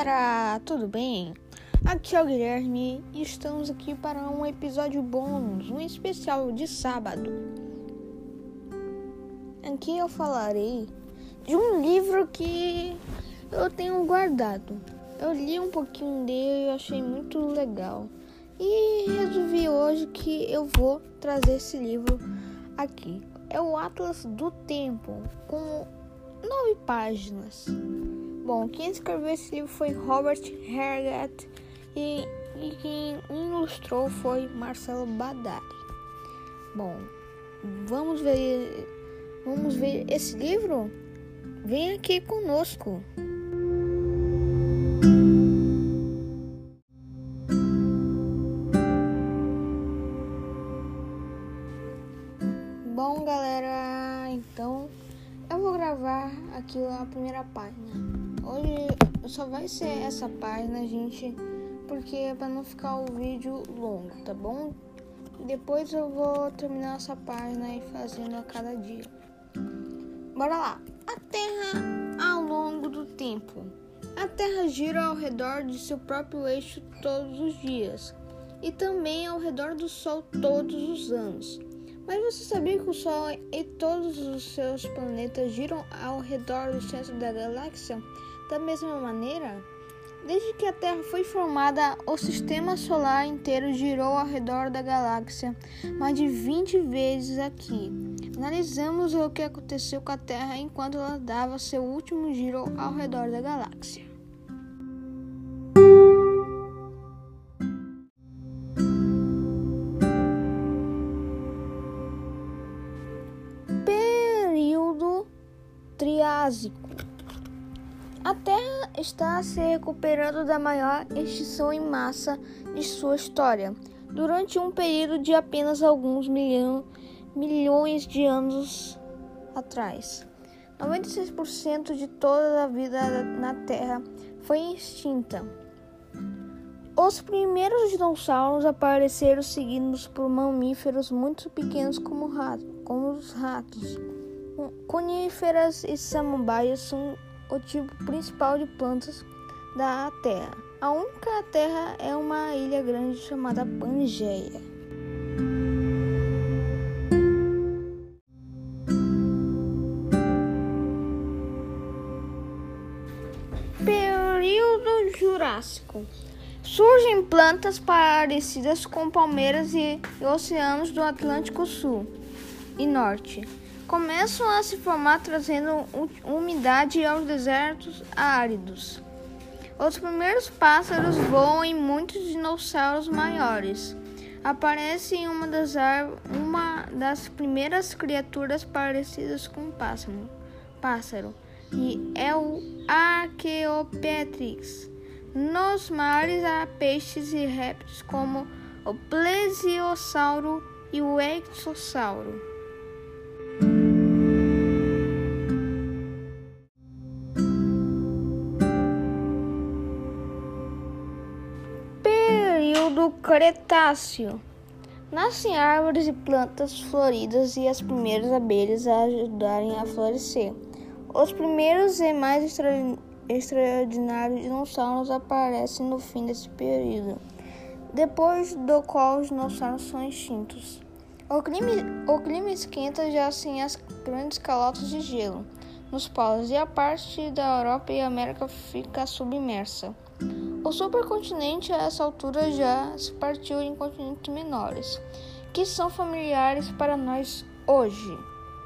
galera, tudo bem? Aqui é o Guilherme e estamos aqui para um episódio bônus, um especial de sábado. Aqui eu falarei de um livro que eu tenho guardado. Eu li um pouquinho dele e achei muito legal. E resolvi hoje que eu vou trazer esse livro aqui. É o Atlas do Tempo, com 9 páginas. Bom, quem escreveu esse livro foi Robert Herget e quem ilustrou foi Marcelo Badari. Bom, vamos ver esse livro? Vem aqui conosco. Bom, galera, então eu vou gravar aqui a primeira página. Hoje só vai ser essa página, gente, porque é para não ficar o vídeo longo, tá bom? Depois eu vou terminar essa página e fazendo a cada dia. Bora lá! A Terra ao longo do tempo. A Terra gira ao redor de seu próprio eixo todos os dias e também ao redor do Sol todos os anos. Mas você sabia que o Sol e todos os seus planetas giram ao redor do centro da galáxia da mesma maneira? Desde que a Terra foi formada, o sistema solar inteiro girou ao redor da galáxia mais de 20 vezes aqui. Analisamos o que aconteceu com a Terra enquanto ela dava seu último giro ao redor da galáxia. Período Triásico. A Terra está se recuperando da maior extinção em massa de sua história, durante um período de apenas alguns milhões de anos atrás. 96% de toda a vida na Terra foi extinta. Os primeiros dinossauros apareceram seguidos por mamíferos muito pequenos como os ratos. Coníferas e samambaias são o tipo principal de plantas da Terra. A única Terra é uma ilha grande chamada Pangeia. Período Jurássico. Surgem plantas parecidas com palmeiras e oceanos do Atlântico Sul e Norte. Começam a se formar trazendo umidade aos desertos áridos. Os primeiros pássaros voam e muitos dinossauros maiores. Aparece uma das primeiras criaturas parecidas com um pássaro, e é o Archaeopteryx. Nos mares há peixes e répteis como o plesiosauro e o exossauro. Período Cretáceo. Nascem árvores e plantas floridas e as primeiras abelhas a ajudarem a florescer. Os primeiros e mais extraordinários dinossauros aparecem no fim desse período, depois do qual os dinossauros são extintos. O clima esquenta já sem as grandes calotas de gelo nos polos e a parte da Europa e América fica submersa. O supercontinente a essa altura já se partiu em continentes menores, que são familiares para nós hoje.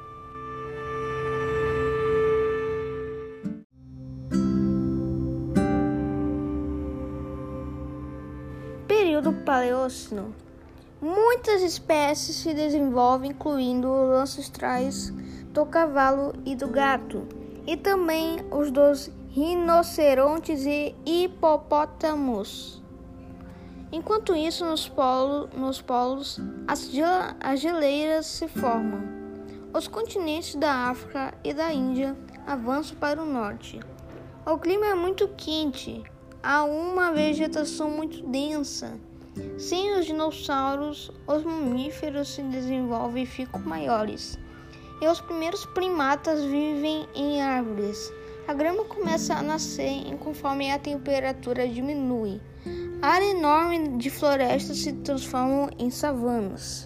Período Paleoceno. Muitas espécies se desenvolvem, incluindo os ancestrais do cavalo e do gato, e também os dos rinocerontes e hipopótamos. Enquanto isso, nos polos as geleiras se formam. Os continentes da África e da Índia avançam para o norte. O clima é muito quente, há uma vegetação muito densa. Sem os dinossauros, os mamíferos se desenvolvem e ficam maiores. E os primeiros primatas vivem em árvores. A grama começa a nascer conforme a temperatura diminui. A área enorme de florestas se transforma em savanas.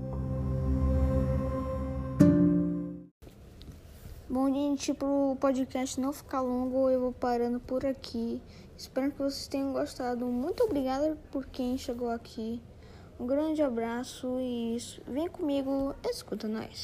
Bom, gente, para o podcast não ficar longo, eu vou parando por aqui. Espero que vocês tenham gostado. Muito obrigada por quem chegou aqui. Um grande abraço e vem comigo, escuta nós.